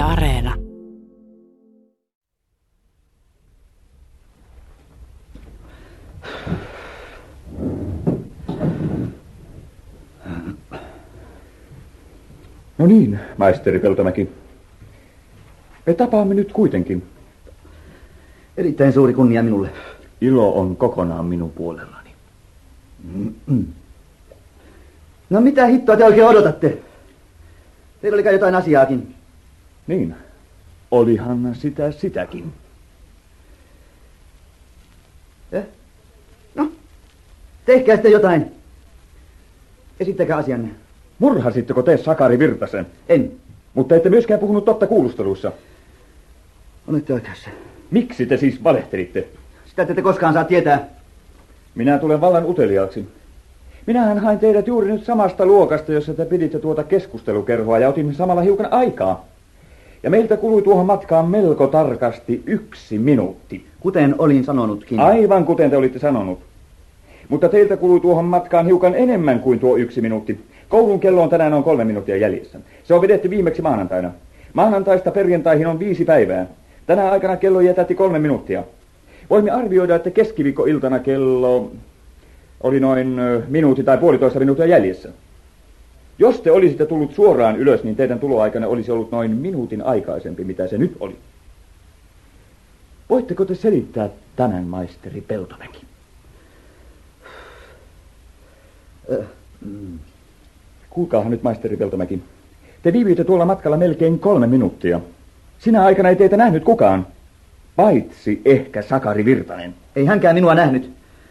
Areena. No niin, maisteri Peltomäki. Me tapaamme nyt kuitenkin. Erittäin suuri kunnia minulle. Ilo on kokonaan minun puolellani. No mitä hittoa te oikein odotatte? Teillä oli kai jotain asiaakin. Niin, olihan sitäkin. No, tehkää sitten jotain. Esittäkää asianne. Murhasitteko te Sakari Virtasen? En. Mutta ette myöskään puhunut totta kuulustelussa. Olette oikeassa. Miksi te siis valehtelitte? Sitä te ette koskaan saa tietää. Minä tulen vallan uteliaaksi. Minähän hain teidät juuri nyt samasta luokasta, jossa te piditte tuota keskustelukerhoa ja otin samalla hiukan aikaa. Ja meiltä kului tuohon matkaan melko tarkasti 1 minuutti. Kuten olin sanonutkin. Aivan kuten te olitte sanonut. Mutta teiltä kului tuohon matkaan hiukan enemmän kuin tuo 1 minuutti. Koulun kello on tänään 3 minuuttia jäljessä. Se on vedetty viimeksi maanantaina. Maanantaista perjantaihin on 5 päivää. Tänä aikana kello jätätti 3 minuuttia. Voimme arvioida, että keskiviikkoiltana kello oli noin minuutti tai 1,5 minuuttia jäljessä. Jos te olisitte tullut suoraan ylös, niin teidän tuloaikana olisi ollut noin minuutin aikaisempi, mitä se nyt oli. Voitteko te selittää tämän, maisteri Peltomäki? Kuulkaahan nyt, maisteri Peltomäki. Te viivyitte tuolla matkalla melkein 3 minuuttia. Sinä aikana ei teitä nähnyt kukaan. Paitsi ehkä Sakari Virtanen. Ei hänkään minua nähnyt.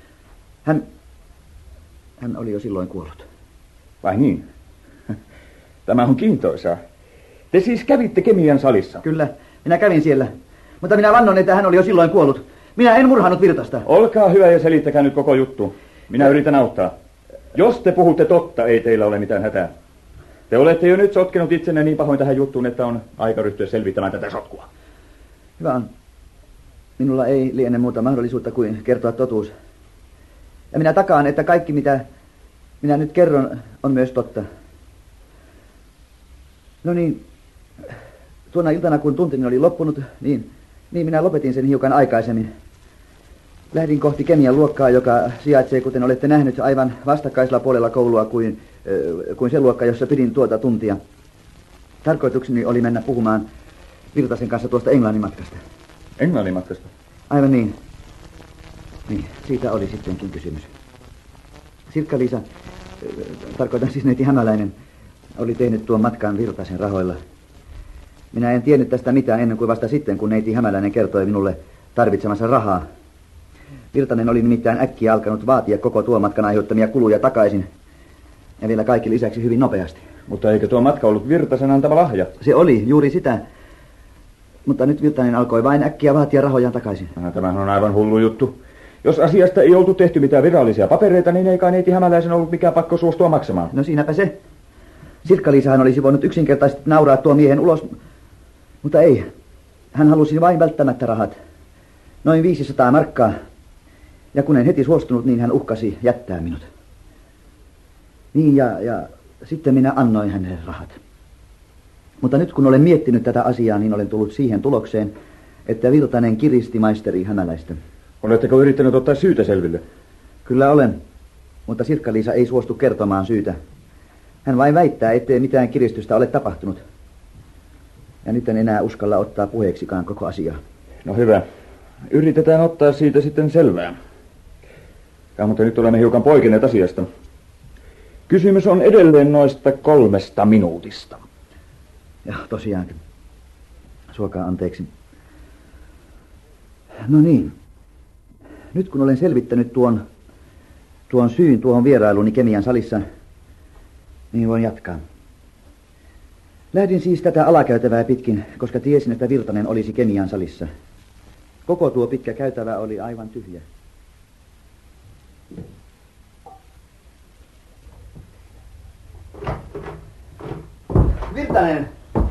Hän oli jo silloin kuollut. Vai niin? Tämä on kiintoisaa. Te siis kävitte kemian salissa? Kyllä, minä kävin siellä. Mutta minä vannon, että hän oli jo silloin kuollut. Minä en murhannut Virtasta. Olkaa hyvä ja selittäkää nyt koko juttu. Minä yritän auttaa. Jos te puhutte totta, ei teillä ole mitään hätää. Te olette jo nyt sotkenut itsenne niin pahoin tähän juttuun, että on aika ryhtyä selvittämään tätä sotkua. Hyvä on. Minulla ei liene muuta mahdollisuutta kuin kertoa totuus. Ja minä takaan, että kaikki mitä minä nyt kerron on myös totta. No niin, tuona iltana kun tuntini oli loppunut, niin minä lopetin sen hiukan aikaisemmin. Lähdin kohti kemian luokkaa, joka sijaitsee, kuten olette nähnyt, aivan vastakkaisella puolella koulua kuin se luokka, jossa pidin tuota tuntia. Tarkoitukseni oli mennä puhumaan Virtasen kanssa tuosta Englannin matkasta. Englannin matkasta? Aivan niin. Niin, siitä oli sittenkin kysymys. Sirkka-Liisa, tarkoitan siis neiti Hämäläinen, oli tehnyt tuon matkan Virtasen rahoilla. Minä en tiennyt tästä mitään ennen kuin vasta sitten, kun neiti Hämäläinen kertoi minulle tarvitsemansa rahaa. Virtanen oli nimittäin äkkiä alkanut vaatia koko tuon matkan aiheuttamia kuluja takaisin. Ja vielä kaikki lisäksi hyvin nopeasti. Mutta eikö tuo matka ollut Virtasen antama lahja? Se oli, juuri sitä. Mutta nyt Virtanen alkoi vain äkkiä vaatia rahojaan takaisin. Tämähän on aivan hullu juttu. Jos asiasta ei oltu tehty mitään virallisia papereita, niin ei kai neiti Hämäläisen ollut mikään pakko suostua maksamaan. No siinäpä se. Sirkka-Liisahan olisi voinut yksinkertaisesti nauraa tuo miehen ulos. Mutta ei. Hän halusi vain välttämättä rahat. Noin 500 markkaa. Ja kun en heti suostunut, niin hän uhkasi jättää minut. Niin ja sitten minä annoin hänelle rahat. Mutta nyt kun olen miettinyt tätä asiaa, niin olen tullut siihen tulokseen, että Virtanen kiristi maisteri Hämäläistä. Oletteko yrittänyt ottaa syytä selville? Kyllä olen, mutta Sirkka-Liisa ei suostu kertomaan syytä. Hän vain väittää, ettei mitään kiristystä ole tapahtunut. Ja nyt en enää uskalla ottaa puheeksikaan koko asiaa. No hyvä. Yritetään ottaa siitä sitten selvää. Mutta nyt olemme hiukan poikenneet asiasta. Kysymys on edelleen noista 3 minuutista. Ja tosiaankin. Suokaa anteeksi. No niin. Nyt kun olen selvittänyt tuon syyn tuohon vierailuni kemian salissa, niin voin jatkaa. Lähdin siis tätä alakäytävää pitkin, koska tiesin, että Virtanen olisi kemian salissa. Koko tuo pitkä käytävä oli aivan tyhjä. Virtanen!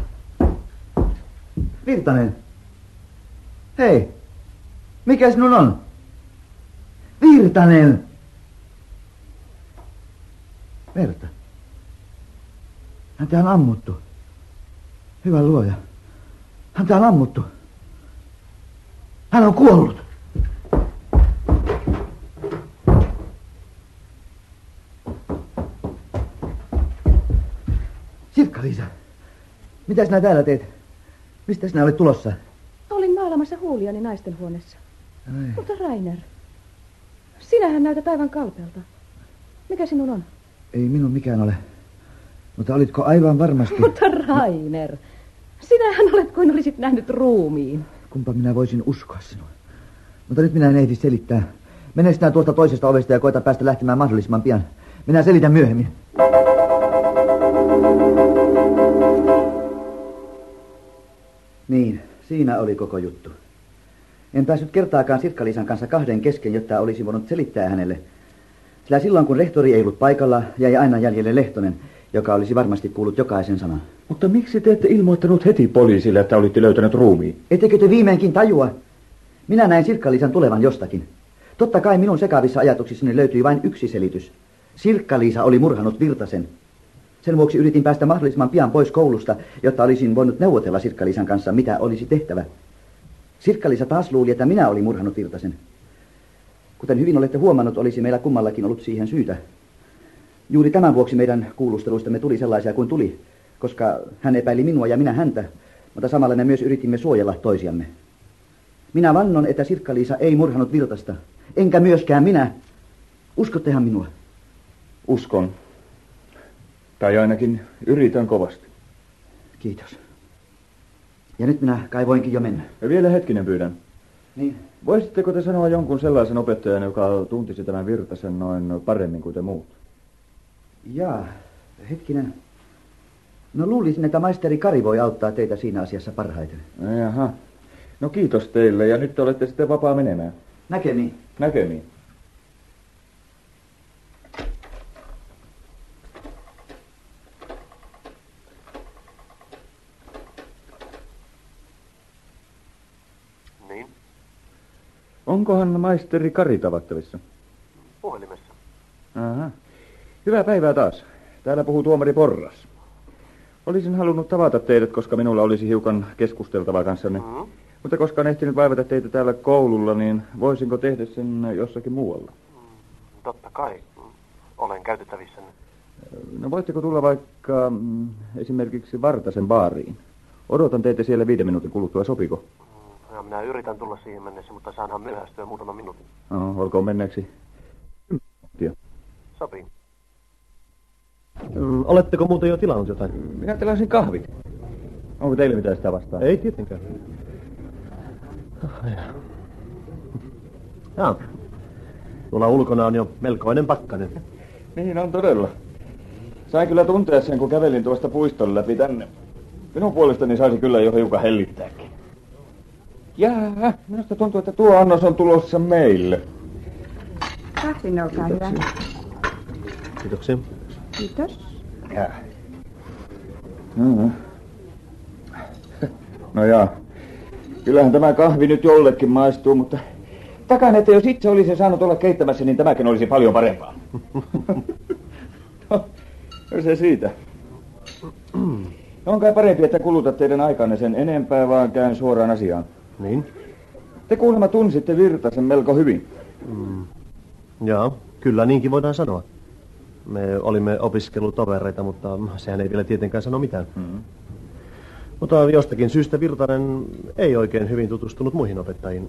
Virtanen! Hei! Mikä sinun on? Virtanen! Verta. Häntä on ammuttu. Hyvä luoja. Häntä on ammuttu. Hän on kuollut. Sirkka-Liisa, mitä sinä täällä teet? Mistä sinä olet tulossa? Olin maalamassa huuliani naisten huoneessa. Mutta Rainer, sinähän näytät aivan kalpealta. Mikä sinun on? Ei minun mikään ole. Mutta olitko aivan varmasti... Mutta Rainer, sinähän olet kuin olisit nähnyt ruumiin. Kumpa minä voisin uskoa sinua. Mutta nyt minä en ehdi selittää. Mene sinä tuosta toisesta ovesta ja koita päästä lähtemään mahdollisimman pian. Minä selitän myöhemmin. Niin, siinä oli koko juttu. En päässyt kertaakaan Sirkka-Liisan kanssa kahden kesken, jotta olisi voinut selittää hänelle. Sillä silloin, kun rehtori ei ollut paikalla, jäi aina jäljelle Lehtonen, joka olisi varmasti kuullut jokaisen sanan. Mutta miksi te ette ilmoittanut heti poliisille, että olitte löytänyt ruumiin? Ettekö te viimeinkin tajua? Minä näin Sirkka-Liisan tulevan jostakin. Totta kai minun sekavissa ajatuksissani löytyi vain yksi selitys. Sirkka-Liisa oli murhannut Virtasen. Sen vuoksi yritin päästä mahdollisimman pian pois koulusta, jotta olisin voinut neuvotella Sirkka-Liisan kanssa, mitä olisi tehtävä. Sirkka-Liisa taas luuli, että minä olin murhannut Virtasen. Kuten hyvin olette huomannut, olisi meillä kummallakin ollut siihen syytä. Juuri tämän vuoksi meidän kuulusteluistamme tuli sellaisia kuin tuli, koska hän epäili minua ja minä häntä, mutta samalla me myös yritimme suojella toisiamme. Minä vannon, että Sirkka-Liisa ei murhannut Virtasta, enkä myöskään minä. Uskottehan minua? Uskon. Tai ainakin yritän kovasti. Kiitos. Ja nyt minä kai voinkin jo mennä. Ja vielä hetkinen pyydän. Niin. Voisitteko te sanoa jonkun sellaisen opettajan, joka tuntisi tämän Virtasen noin paremmin kuin te muut? Jaa, hetkinen. No luulisin, että maisteri Kari voi auttaa teitä siinä asiassa parhaiten. Jaha. No kiitos teille ja nyt olette sitten vapaa menemään. Näkemiin. Näkemiin. Niin? Onkohan maisteri Kari tavattavissa? Puhelimessa. Aha. Hyvää päivää taas. Täällä puhuu tuomari Porras. Olisin halunnut tavata teidät, koska minulla olisi hiukan keskusteltavaa kanssanne. Mm-hmm. Mutta koska en ehtinyt vaivata teitä täällä koululla, niin voisinko tehdä sen jossakin muualla? Totta kai. Olen käytettävissä. No voitteko tulla vaikka esimerkiksi Vartasen baariin? Odotan teitä siellä 5 minuutin kuluttua, sopiko? Ja minä yritän tulla siihen mennessä, mutta saanhan myöhästyä muutaman minuutin. No, olkoon menneeksi. Sopii. Oletteko muuten jo tilannut jotain? Minä tilasin kahvit. Onko teille mitään sitä vastaan? Ei tietenkään. Jaa. Tuolla ulkona on jo melkoinen pakkanen. Niin on todella. Sain kyllä tuntea sen, kun kävelin tuosta puiston läpi tänne. Minun puolestani saisi kyllä jo hiukan hellittääkin. Jaa, minusta tuntuu, että tuo annos on tulossa meille. Kahvin, olkaa hyvä. Kiitoksia. Kiitos. Jaa. No jaa. Kyllähän tämä kahvi nyt jollekin maistuu, mutta takaan, että jos itse olisi saanut olla keittämässä, niin tämäkin olisi paljon parempaa. No, se siitä. On kai parempi, että kulutat teidän aikanne sen enempää, vaan käyn suoraan asiaan. Niin? Te kuulemma tunsitte Virtasen melko hyvin. Jaa, kyllä niinkin voidaan sanoa. Me olimme opiskelutovereita, mutta sehän ei vielä tietenkään sano mitään. Mutta jostakin syystä Virtanen ei oikein hyvin tutustunut muihin opettajiin.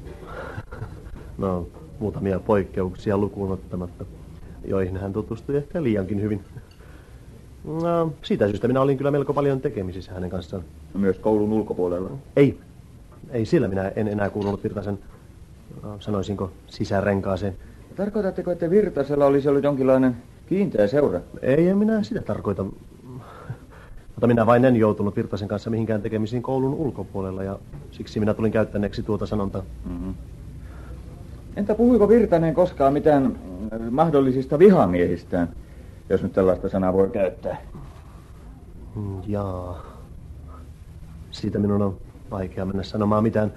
No, muutamia poikkeuksia lukuun ottamatta, joihin hän tutustui ehkä liiankin hyvin. No, siitä syystä minä olin kyllä melko paljon tekemisissä hänen kanssaan. Myös koulun ulkopuolella. Ei sillä minä en enää kuulunut Virtasen, sanoisinko, sisärenkaaseen. Tarkoitatteko, että Virtasella olisi ollut jonkinlainen kiinteä seura? Ei, en minä sitä tarkoita. Mutta minä vain en joutunut Virtasen kanssa mihinkään tekemisiin koulun ulkopuolella ja siksi minä tulin käyttäneeksi tuota sanontaa. Entä puhuiko Virtanen koskaan mitään mahdollisista vihamiehistään, jos nyt tällaista sanaa voi käyttää? Jaa. Siitä minun on vaikea mennä sanomaan mitään.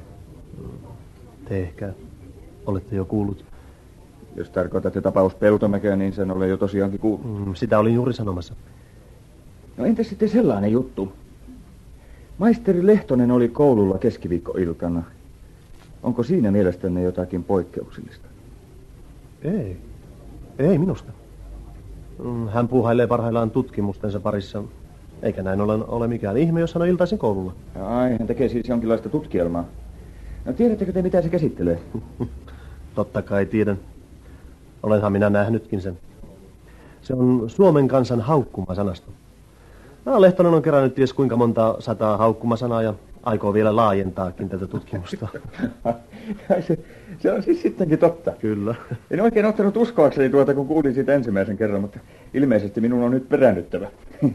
Te ehkä olette jo kuullut. Jos tarkoitatte tapaus Peltomäkeä, niin sen olen jo tosiaankin kuullut. Sitä olin juuri sanomassa. No entäs sitten sellainen juttu? Maisteri Lehtonen oli koululla keskiviikkoiltana. Onko siinä mielestänne jotakin poikkeuksellista? Ei minusta. Hän puuhailee parhaillaan tutkimustensa parissa, eikä näin ole mikään ihme, jos hän on iltaisin koululla. Ai, hän tekee siis jonkinlaista tutkielmaa. No tiedättekö te, mitä se käsittelee? Totta kai tiedän. Olenhan minä nähnytkin sen. Se on Suomen kansan haukkumasanasto. Lehtonen on kerännyt ties kuinka monta 100 haukkumasanaa ja aikoo vielä laajentaakin tätä tutkimusta. se on siis sittenkin totta. Kyllä. En oikein ottanut uskoakseni tuota, kun kuulin siitä ensimmäisen kerran, mutta ilmeisesti minun on nyt peräännyttävä.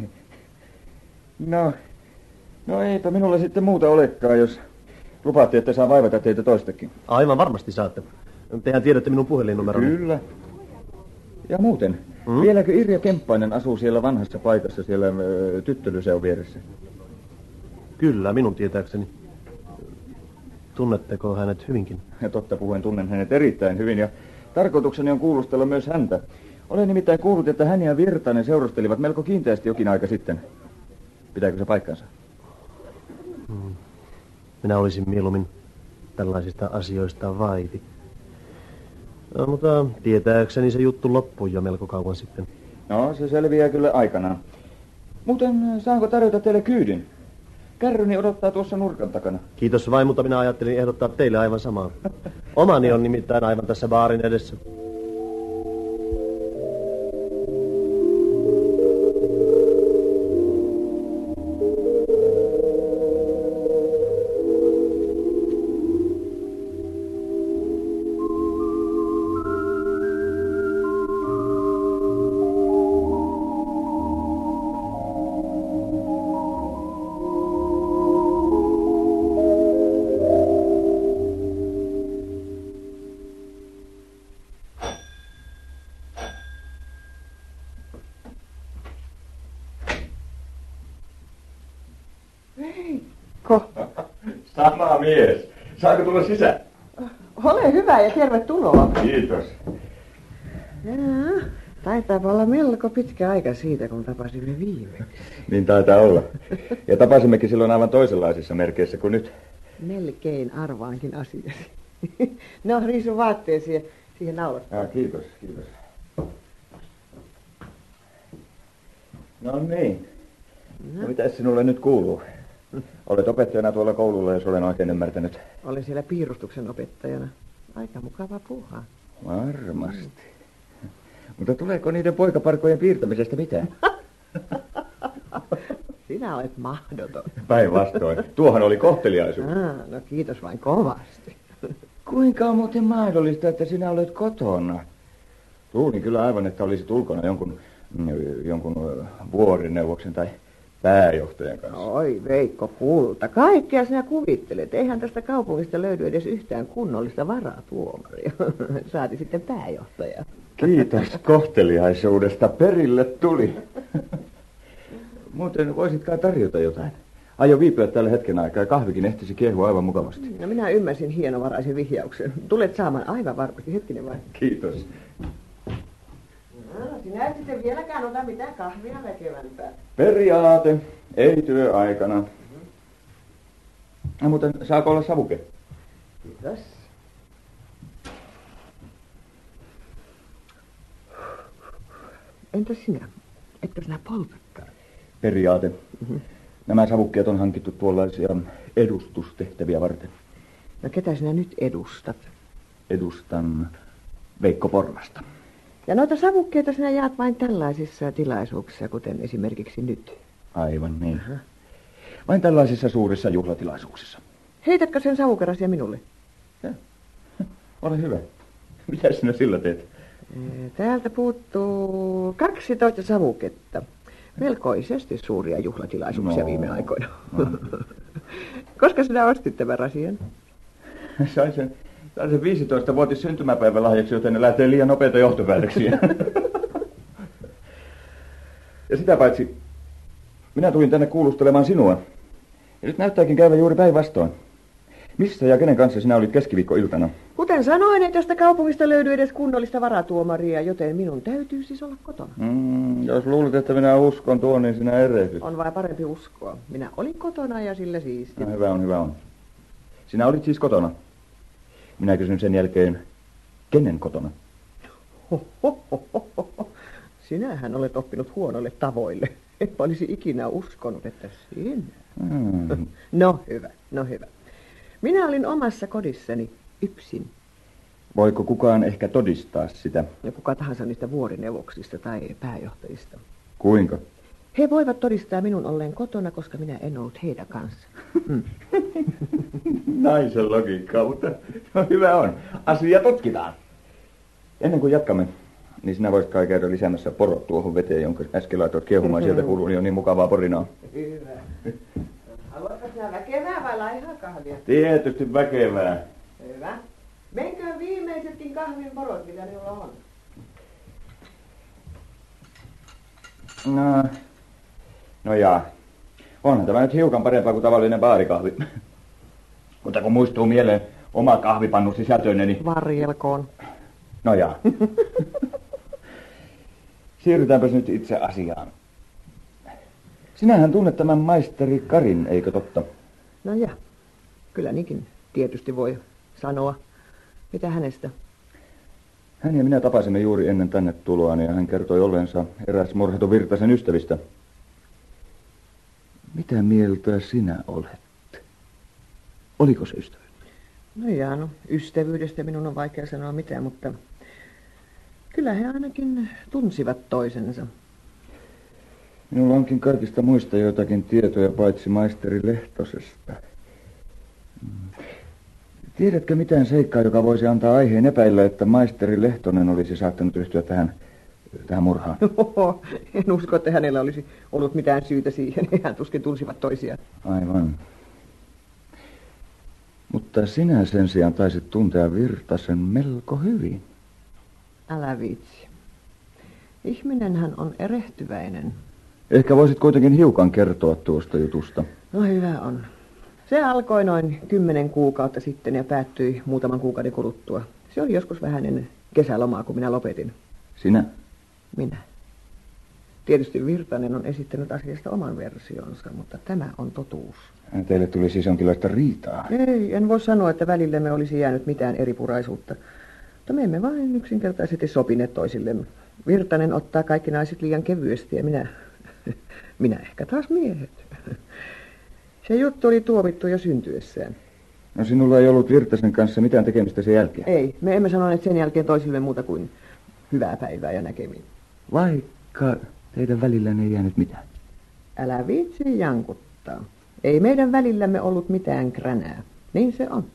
No eipä minulla sitten muuta olekaan, jos lupaatte, että saa vaivata teitä toistakin. Aivan varmasti saatte. Tehän tiedätte minun puhelinnumeroni. Kyllä. Ja muuten, vieläkö Irja Kemppainen asuu siellä vanhassa paikassa siellä Tyttölyseon vieressä? Kyllä, minun tietääkseni. Tunnetteko hänet hyvinkin? Ja totta puhuen tunnen hänet erittäin hyvin ja tarkoitukseni on kuulustella myös häntä. Olen nimittäin kuullut, että hän ja Virtanen seurustelivat melko kiinteästi jokin aika sitten. Pitääkö se paikkansa? Minä olisin mieluummin tällaisista asioista vaiti. No, mutta tietääkseni se juttu loppui jo melko kauan sitten. No, se selviää kyllä aikanaan. Muuten saanko tarjota teille kyydin? Kärryni odottaa tuossa nurkan takana. Kiitos vain, mutta minä ajattelin ehdottaa teille aivan samaa. Omani on nimittäin aivan tässä baarin edessä. Sama mies. Saako tulla sisään? Ole hyvä ja tervetuloa. Kiitos. Taitaa olla melko pitkä aika siitä, kun tapasimme viimeksi. Niin taitaa olla. Ja tapasimmekin silloin aivan toisenlaisissa merkeissä kuin nyt. Melkein arvaankin asiasi. No, riisu vaatteesi ja siihen naulattaa. Kiitos. No niin. No mitäs sinulle nyt kuuluu? Olet opettajana tuolla koululla, jos olen oikein ymmärtänyt. Olen siellä piirustuksen opettajana. Aika mukava puuhaa. Varmasti. Mutta tuleeko niiden poikaparkojen piirtämisestä mitään? Sinä olet mahdoton. Päinvastoin. Tuohan oli kohteliaisuus. No kiitos vain kovasti. Kuinka on muuten mahdollista, että sinä olet kotona? Luulin kyllä aivan, että olisit ulkona jonkun vuorineuvoksen tai pääjohtajan kanssa. Oi Veikko Kulta, kaikkea sinä kuvittelet. Eihän tästä kaupungista löydy edes yhtään kunnollista varatuomaria. Saati sitten pääjohtaja. Kiitos kohteliaisuudesta. Perille tuli. Muuten voisitkaan tarjota jotain. Aion viipyä tällä hetken aikaa. Kahvikin ehtisi kiehua aivan mukavasti. No minä ymmärsin hienovaraisen vihjauksen. Tulet saamaan aivan varmasti. Hetkinen vain. Kiitos. No, sinä et sitten vieläkään ota mitään kahvia väkevämpää. Periaate, ei työaikana. No, mutta saako olla savuke? Kiitos. Entä sinä? Etkö sinä poltakaan? Periaate. Nämä savukkeet on hankittu tuollaisia edustustehtäviä varten. No ketä sinä nyt edustat? Edustan Veikko Porvasta. Ja noita savukkeita sinä jaat vain tällaisissa tilaisuuksissa, kuten esimerkiksi nyt. Aivan niin. Vain tällaisissa suurissa juhlatilaisuuksissa. Heitätkö sen savukerasia minulle? Ja. Ole hyvä. Mitä sinä sillä teet? Täältä puuttuu 12 savuketta. Melkoisesti suuria juhlatilaisuuksia viime aikoina. Koska sinä ostit tämän rasian? Sain sen 15-vuotis syntymäpäivän lahjaksi, joten ne lähtee liian nopeita johtopäätöksiä. Ja sitä paitsi, minä tulin tänne kuulustelemaan sinua. Ja nyt näyttääkin käyvän juuri päinvastoin. Missä ja kenen kanssa sinä olit keskiviikkoiltana? Kuten sanoin, ei tästä kaupungista löydy edes kunnollista varatuomaria, joten minun täytyy siis olla kotona. Jos luulet, että minä uskon tuon, niin sinä erehdyt. On vain parempi uskoa. Minä olin kotona ja sillä siisti. No, hyvä on, hyvä on. Sinä olit siis kotona. Minä kysyn sen jälkeen, kenen kotona? Sinähän olet oppinut huonoille tavoille. Enpä olisi ikinä uskonut, että sinä. No hyvä, no hyvä. Minä olin omassa kodissani yksin. Voiko kukaan ehkä todistaa sitä? Ja kuka tahansa niistä vuorineuvoksista tai pääjohtajista. Kuinka? He voivat todistaa minun olleen kotona, koska minä en ollut heidän kanssa. Naisen logiikkaa, mutta no, hyvä on. Asia tutkitaan. Ennen kuin jatkamme, niin sinä voisit kai käydä lisäämässä porot tuohon veteen, jonka äsken laitoit kiehumaan. Sieltä kuuluu, niin on niin mukavaa porinaa. Hyvä. Haluatko sinä väkevää vai laihaa kahvia? Tietysti väkevää. Hyvä. Menkö viimeisetkin kahvin porot, mitä minulla on? No jaa. Onhan tämä nyt hiukan parempaa kuin tavallinen baarikahvi. Mutta kun muistuu mieleen oma kahvipannu sisältöinen, niin... Varjelkoon. No jaa. Siirrytäänpäs nyt itse asiaan. Sinähän tunnet tämän maisteri Karin, eikö totta? No ja, kyllä niinkin tietysti voi sanoa. Mitä hänestä? Hän ja minä tapasimme juuri ennen tänne tuloaan ja hän kertoi ollensa eräs murhatun Virtasen ystävistä. Mitä mieltä sinä olet? Oliko se ystävä? No jaa, no ystävyydestä minun on vaikea sanoa mitään, mutta kyllä he ainakin tunsivat toisensa. Minulla onkin kaikista muista joitakin tietoja paitsi maisteri Lehtosesta. Tiedätkö mitään seikkaa, joka voisi antaa aiheen epäillä, että maisteri Lehtonen olisi saattanut ryhtyä tähän murhaan? En usko, että hänellä olisi ollut mitään syytä siihen. Hän tuskin tunsivat toisiaan. Aivan. Mutta sinä sen sijaan taisit tuntea Virtasen melko hyvin. Älä viitsi. Ihminenhän on erehtyväinen. Ehkä voisit kuitenkin hiukan kertoa tuosta jutusta. No hyvä on. Se alkoi noin 10 kuukautta sitten ja päättyi muutaman kuukauden kuluttua. Se oli joskus vähän ennen kesälomaa, kun minä lopetin. Sinä? Minä. Tietysti Virtanen on esittänyt asiasta oman versionsa, mutta tämä on totuus. Teille tuli siis jonkinlaista riitaa. Ei, en voi sanoa, että välillemme olisi jäänyt mitään eripuraisuutta. Mutta me emme vain yksinkertaisesti sopineet toisillemme. Virtanen ottaa kaikki naiset liian kevyesti ja minä ehkä taas miehet. Se juttu oli tuomittu jo syntyessään. No sinulla ei ollut Virtasen kanssa mitään tekemistä sen jälkeen? Ei, me emme sanoneet sen jälkeen toisille muuta kuin hyvää päivää ja näkemiin. Vaikka teidän välillänne ei jäänyt mitään? Älä viitsi jankuttaa. Ei meidän välillämme ollut mitään kränää. Niin se on.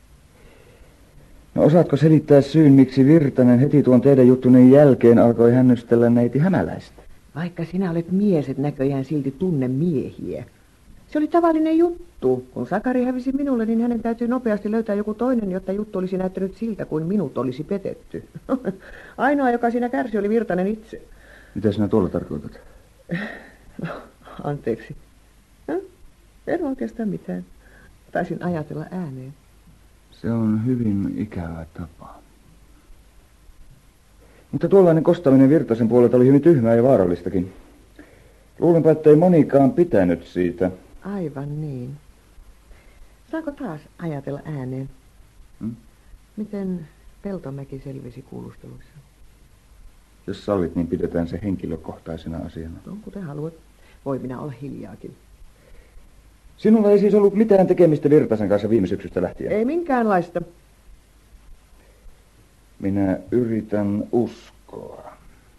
No osaatko selittää syyn, miksi Virtanen heti tuon teidän juttuneen jälkeen alkoi hännystellä neiti Hämäläistä? Vaikka sinä olet mies, et näköjään silti tunne miehiä. Se oli tavallinen juttu. Kun Sakari hävisi minulle, niin hänen täytyy nopeasti löytää joku toinen, jotta juttu olisi näyttänyt siltä, kuin minut olisi petetty. Ainoa, joka siinä kärsi, oli Virtanen itse. Mitä sinä tuolla tarkoitat? No, anteeksi. En oikeastaan mitään. Taisin ajatella ääneen. Se on hyvin ikävä tapa. Mutta tuollainen kostaminen Virtasen puolelta oli hyvin tyhmää ja vaarallistakin. Luulenpa, että ei monikaan pitänyt siitä. Aivan niin. Saako taas ajatella ääneen? Miten Peltomäki selvisi kuulusteluissa? Jos sallit, niin pidetään se henkilökohtaisena asiana. No, kuten haluat. Voi minä olla hiljaakin. Sinulla ei siis ollut mitään tekemistä Virtasen kanssa viime syksystä lähtien? Ei minkäänlaista. Minä yritän uskoa.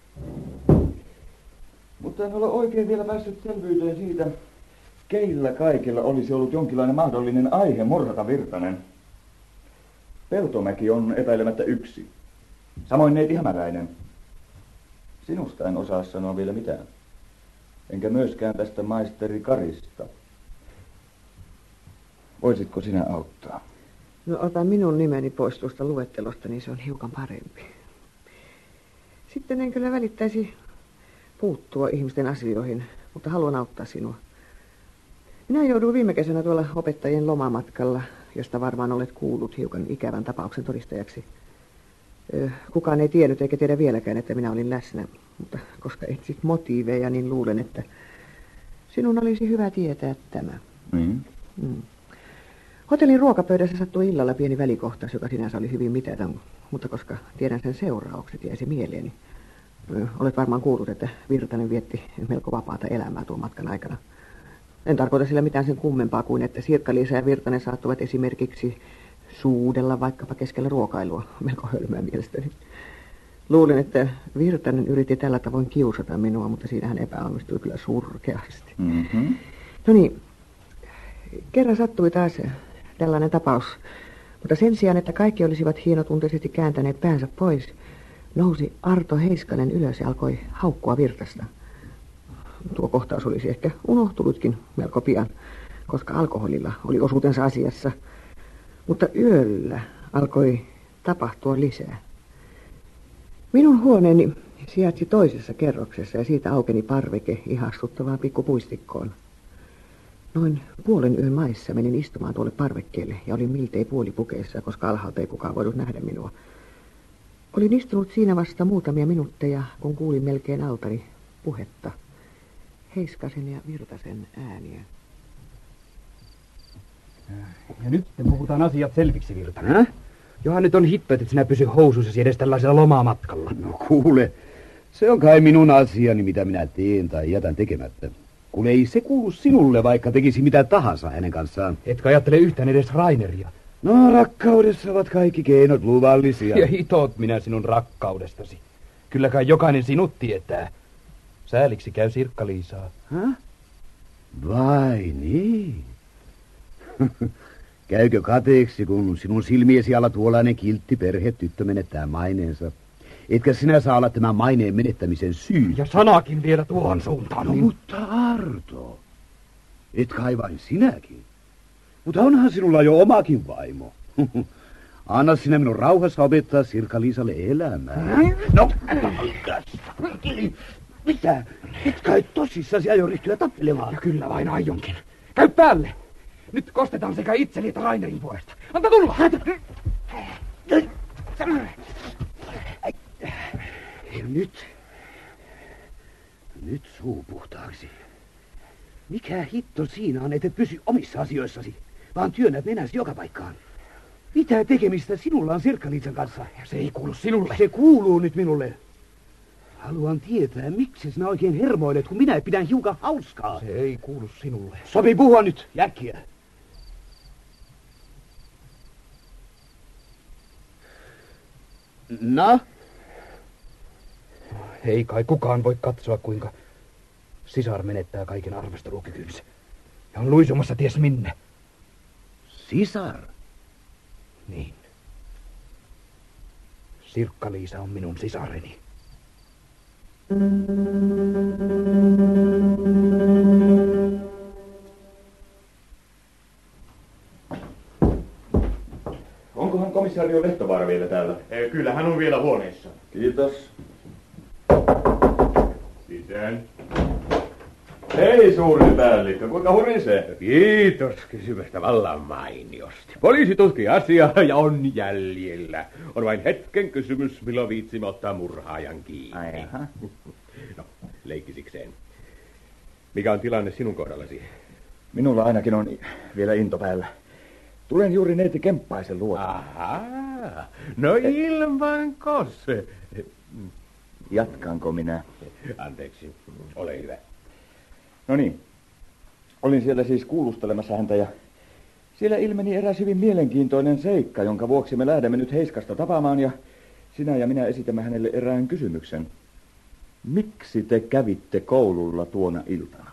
Mutta en ole oikein vielä päässyt selvyyteen siitä, keillä kaikilla olisi ollut jonkinlainen mahdollinen aihe murhata Virtanen. Peltomäki on epäilemättä yksi. Samoin neiti Hämäräinen. Sinusta en osaa sanoa vielä mitään. Enkä myöskään tästä maisteri Karista. Voisitko sinä auttaa? No ota minun nimeni pois tuosta luettelosta, niin se on hiukan parempi. Sitten en kyllä välittäisi puuttua ihmisten asioihin, mutta haluan auttaa sinua. Minä jouduin viime kesänä tuolla opettajien lomamatkalla josta varmaan olet kuullut hiukan ikävän tapauksen todistajaksi. Kukaan ei tiennyt eikä tiedä vieläkään, että minä olin läsnä, mutta koska etsit motiiveja, niin luulen, että sinun olisi hyvä tietää tämä. Hotellin ruokapöydässä sattui illalla pieni välikohtaus, joka sinänsä oli hyvin mitätön, mutta koska tiedän sen seuraukset, jäi se mieleeni. Olet varmaan kuullut, että Virtanen vietti melko vapaata elämää tuon matkan aikana. En tarkoita sillä mitään sen kummempaa kuin, että Sirkka-Liisa ja Virtanen saattuvat esimerkiksi suudella vaikkapa keskellä ruokailua. Melko hölmöä mielestäni. Luulen, että Virtanen yritti tällä tavoin kiusata minua, mutta siinä hän epäonnistui kyllä surkeasti. No niin, kerran sattui taas tällainen tapaus. Mutta sen sijaan, että kaikki olisivat hienotunteisesti kääntäneet päänsä pois, nousi Arto Heiskanen ylös ja alkoi haukkua Virtasta. Tuo kohtaus olisi ehkä unohtunutkin melko pian, koska alkoholilla oli osuutensa asiassa. Mutta yöllä alkoi tapahtua lisää. Minun huoneeni sijaitsi toisessa kerroksessa ja siitä aukeni parveke ihastuttavaan pikkupuistikkoon. Noin puolen yön maissa menin istumaan tuolle parvekkeelle ja olin miltei puolipukeissa, koska alhaalta ei kukaan voinut nähdä minua. Olin istunut siinä vasta muutamia minuutteja, kun kuulin melkein altani puhetta. Heiskasen ja Virtasen ääniä. Ja nyt puhutaan asiat selviksi, Virtanen. Johan nyt on hitto, että sinä pysy housuissasi edes tällaisella lomamatkalla. No kuule, se on kai minun asiani, mitä minä teen tai jätän tekemättä. Kun ei se kuulu sinulle, vaikka tekisi mitä tahansa hänen kanssaan. Etkö ajattele yhtään edes Raineria? No, rakkaudessa ovat kaikki keinot luvallisia. Ja hitot minä sinun rakkaudestasi. Kyllä kai jokainen sinut tietää. Sääliksi käy Sirkka-Liisaa. Vai niin? Käykö kateeksi, kun sinun silmiesi alla tuollainen kiltti perhetyttö menettää maineensa? Etkä sinä saa olla tämän maineen menettämisen syy. Ja sanakin vielä tuohon suuntaan. No, mutta Arto, et kai vain sinäkin. Mutta onhan sinulla jo omakin vaimo. Anna sinä minun rauhassa opettaa Sirkka-Liisalle elämää. No, mitä? Et kai tosissasi aio ryhtyä tappelemaan? Ja kyllä vain aionkin. Käy päälle! Nyt kostetaan sekä itseni että Rainerin puolesta. Anta tulla! Nyt suu puhtaaksi. Mikä hitto siinä on, et pysy omissa asioissasi, vaan työnnät nenäsi joka paikkaan? Mitä tekemistä sinulla on Sirkka-Liisan kanssa? Se ei kuulu sinulle. Se kuuluu nyt minulle. Haluan tietää, miksi sinä oikein hermoilet, kun minä pidän hiukan hauskaa. Se ei kuulu sinulle. Sopi puhua nyt, äkkiä. No? Ei kai kukaan voi katsoa, kuinka sisar menettää kaiken arvostelukykynsä. Ja on luisumassa ties minne. Sisar? Niin. Sirkka-Liisa on minun sisareni. Onkohan komissaario Lehtovaara vielä täällä? Kyllä, hän on vielä huoneessa. Kiitos. Sisään. Hei, suuri päällikkö, kuinka hurisee? Kiitos kysymästä vallan mainiosti. Poliisi tutkii asiaa ja on jäljellä. On vain hetken kysymys, milloin viitsimme ottaa murhaajan kiinni. No, leikkisikseen. Mikä on tilanne sinun kohdallasi? Minulla ainakin on vielä into päällä. Tulen juuri neiti Kemppaisen luota. Ahaa, no ilmankos. Jatkanko minä? Anteeksi, ole hyvä. No niin, olin siellä siis kuulustelemassa häntä ja siellä ilmeni eräs hyvin mielenkiintoinen seikka, jonka vuoksi me lähdemme nyt Heiskasta tapaamaan ja sinä ja minä esitämme hänelle erään kysymyksen. Miksi te kävitte koululla tuona iltana?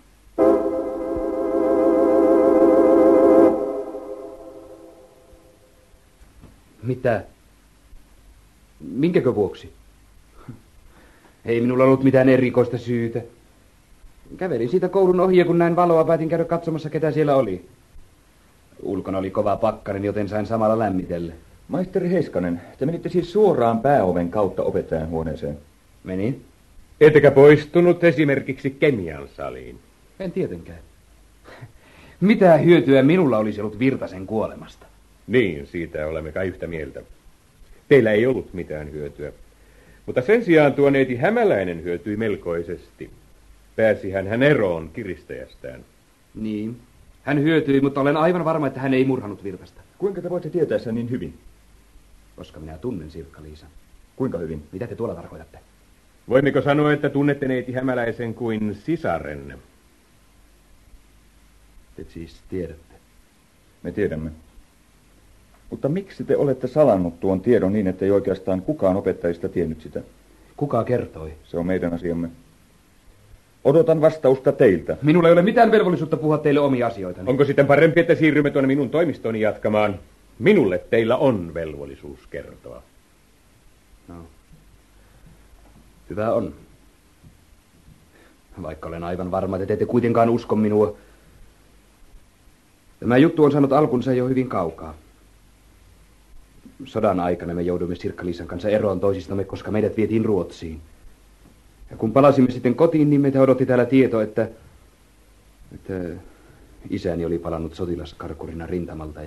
Mitä? Minkäkö vuoksi? Ei minulla ollut mitään erikoista syytä. Kävelin siitä koulun ohi ja kun näin valoa, päätin käydä katsomassa, ketä siellä oli. Ulkona oli kova pakkanen, joten sain samalla lämmitellä. Maisteri Heiskanen, te menitte siis suoraan pääoven kautta opettajan huoneeseen. Menin. Ettekä poistunut esimerkiksi kemian saliin? En tietenkään. Mitä hyötyä minulla olisi ollut Virtasen kuolemasta? Niin, siitä olemme kai yhtä mieltä. Teillä ei ollut mitään hyötyä. Mutta sen sijaan tuo neiti Hämäläinen hyötyi melkoisesti. Pääsihän hän eroon kiristäjästään. Niin. Hän hyötyi, mutta olen aivan varma, että hän ei murhanut Virtasta. Kuinka te voitte tietää sen niin hyvin? Koska minä tunnen Sirkka-Liisan. Kuinka hyvin? Mitä te tuolla tarkoitatte? Voimmeko sanoa, että tunnette neiti Hämäläisen kuin sisarenne? Te siis tiedätte. Me tiedämme. Mutta miksi te olette salannut tuon tiedon niin, ettei oikeastaan kukaan opettajista tiennyt sitä? Kuka kertoi? Se on meidän asiamme. Odotan vastausta teiltä. Minulla ei ole mitään velvollisuutta puhua teille omia asioitani. Onko sitten parempi, että siirrymme tuonne minun toimistoni jatkamaan? Minulle teillä on velvollisuus kertoa. No. Hyvä on. Vaikka olen aivan varma, että te ette kuitenkaan usko minua. Tämä juttu on saanut alkunsa jo hyvin kaukaa. Sodan aikana me jouduimme Sirkka-Liisan kanssa eroon toisistamme, koska meidät vietiin Ruotsiin. Ja kun palasimme sitten kotiin, niin meitä odotti täällä tieto, että isäni oli palannut sotilaskarkurina rintamalta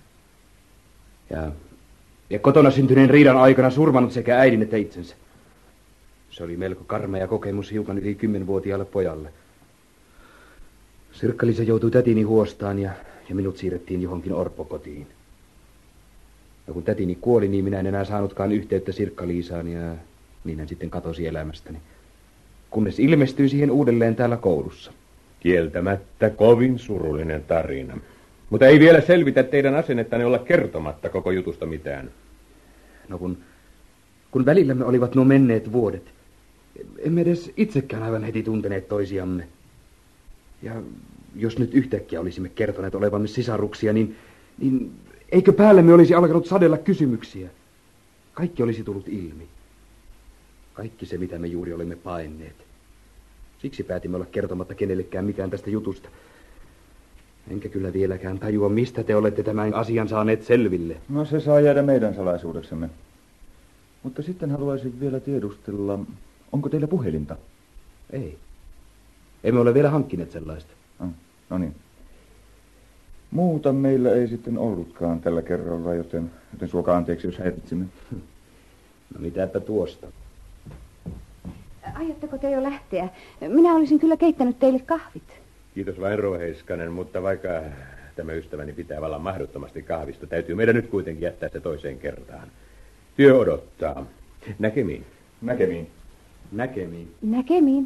ja kotona syntyneen riidan aikana surmannut sekä äidin että itsensä. Se oli melko karmea kokemus hiukan yli 10-vuotiaalle pojalle. Sirkka-Liisa joutui tätini huostaan ja minut siirrettiin johonkin orpokotiin. Ja kun tätini kuoli, niin minä en enää saanutkaan yhteyttä Sirkka-Liisaan ja niin hän sitten katosi elämästäni. Kunnes ilmestyi siihen uudelleen täällä koulussa. Kieltämättä kovin surullinen tarina. Mutta ei vielä selvitä teidän asennettanne olla kertomatta koko jutusta mitään. No kun välillämme olivat nuo menneet vuodet, emme edes itsekään aivan heti tunteneet toisiamme. Ja jos nyt yhtäkkiä olisimme kertoneet olevamme sisaruksia, niin eikö päällemme olisi alkanut sadella kysymyksiä? Kaikki olisi tullut ilmi. Kaikki se, mitä me juuri olemme paenneet. Siksi päätimme olla kertomatta kenellekään mitään tästä jutusta. Enkä kyllä vieläkään tajua, mistä te olette tämän asian saaneet selville. No se saa jäädä meidän salaisuudeksemme. Mutta sitten haluaisin vielä tiedustella, onko teillä puhelinta? Ei. Emme ole vielä hankkineet sellaista. No niin. Muuta meillä ei sitten ollutkaan tällä kerralla, joten suokaa anteeksi, jos häiritsimme. No mitäpä tuosta? Aiotteko te jo lähteä? Minä olisin kyllä keittänyt teille kahvit. Kiitos vain, rouva Heiskanen, mutta vaikka tämä ystäväni pitää vallan mahdottomasti kahvista, täytyy meidän nyt kuitenkin jättää se toiseen kertaan. Työ odottaa. Näkemiin. Näkemiin. Näkemiin. Näkemiin.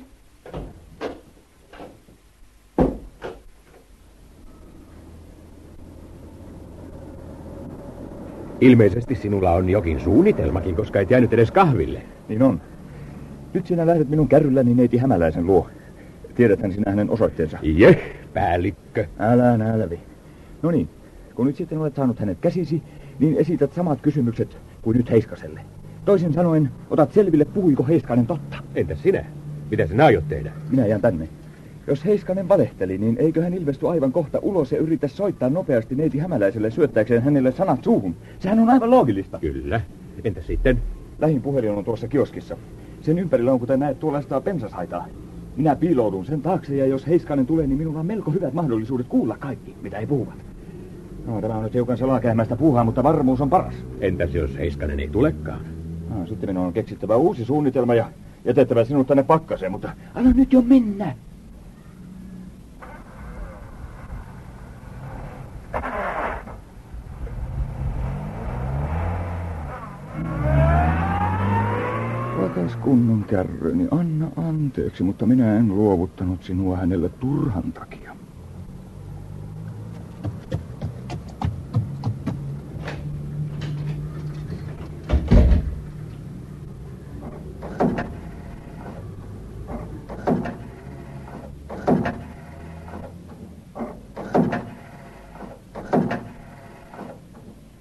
Ilmeisesti sinulla on jokin suunnitelmakin, koska et jäänyt edes kahville. Niin on. Nyt sinä lähdet minun kärrylläni neiti Hämäläisen luo. Tiedäthän sinä hänen osoitteensa. Päällikkö. Älä nälvi. No niin, kun nyt sitten olet saanut hänet käsisi, niin esität samat kysymykset kuin nyt Heiskaselle. Toisin sanoen, otat selville, puhuiko Heiskanen totta. Entäs sinä? Mitä sinä aiot tehdä? Minä jään tänne. Jos Heiskanen valehteli, niin eikö hän ilmesty aivan kohta ulos ja yritä soittaa nopeasti neiti Hämäläiselle syöttääkseen hänelle sanat suuhun? Sehän on aivan loogillista. Kyllä. Entäs sitten? Lähin puhelin on tuossa kioskissa. Sen ympärillä on, kuten näet, tuollaista bensashaitaa. Minä piiloudun sen taakse, ja jos Heiskanen tulee, niin minulla on melko hyvät mahdollisuudet kuulla kaikki, mitä he puhuvat. No, tämä on nyt hiukan salakähmäistä puuhaa, mutta varmuus on paras. Entäs jos Heiskanen ei tulekaan? Sitten minun on keksittävä uusi suunnitelma ja jätettävä sinut tänne pakkaseen, mutta anna nyt jo mennä. Rakas kunnon kärryni, anna anteeksi, mutta minä en luovuttanut sinua hänelle turhan takia.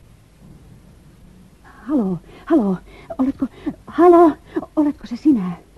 Halo, oletko se sinä?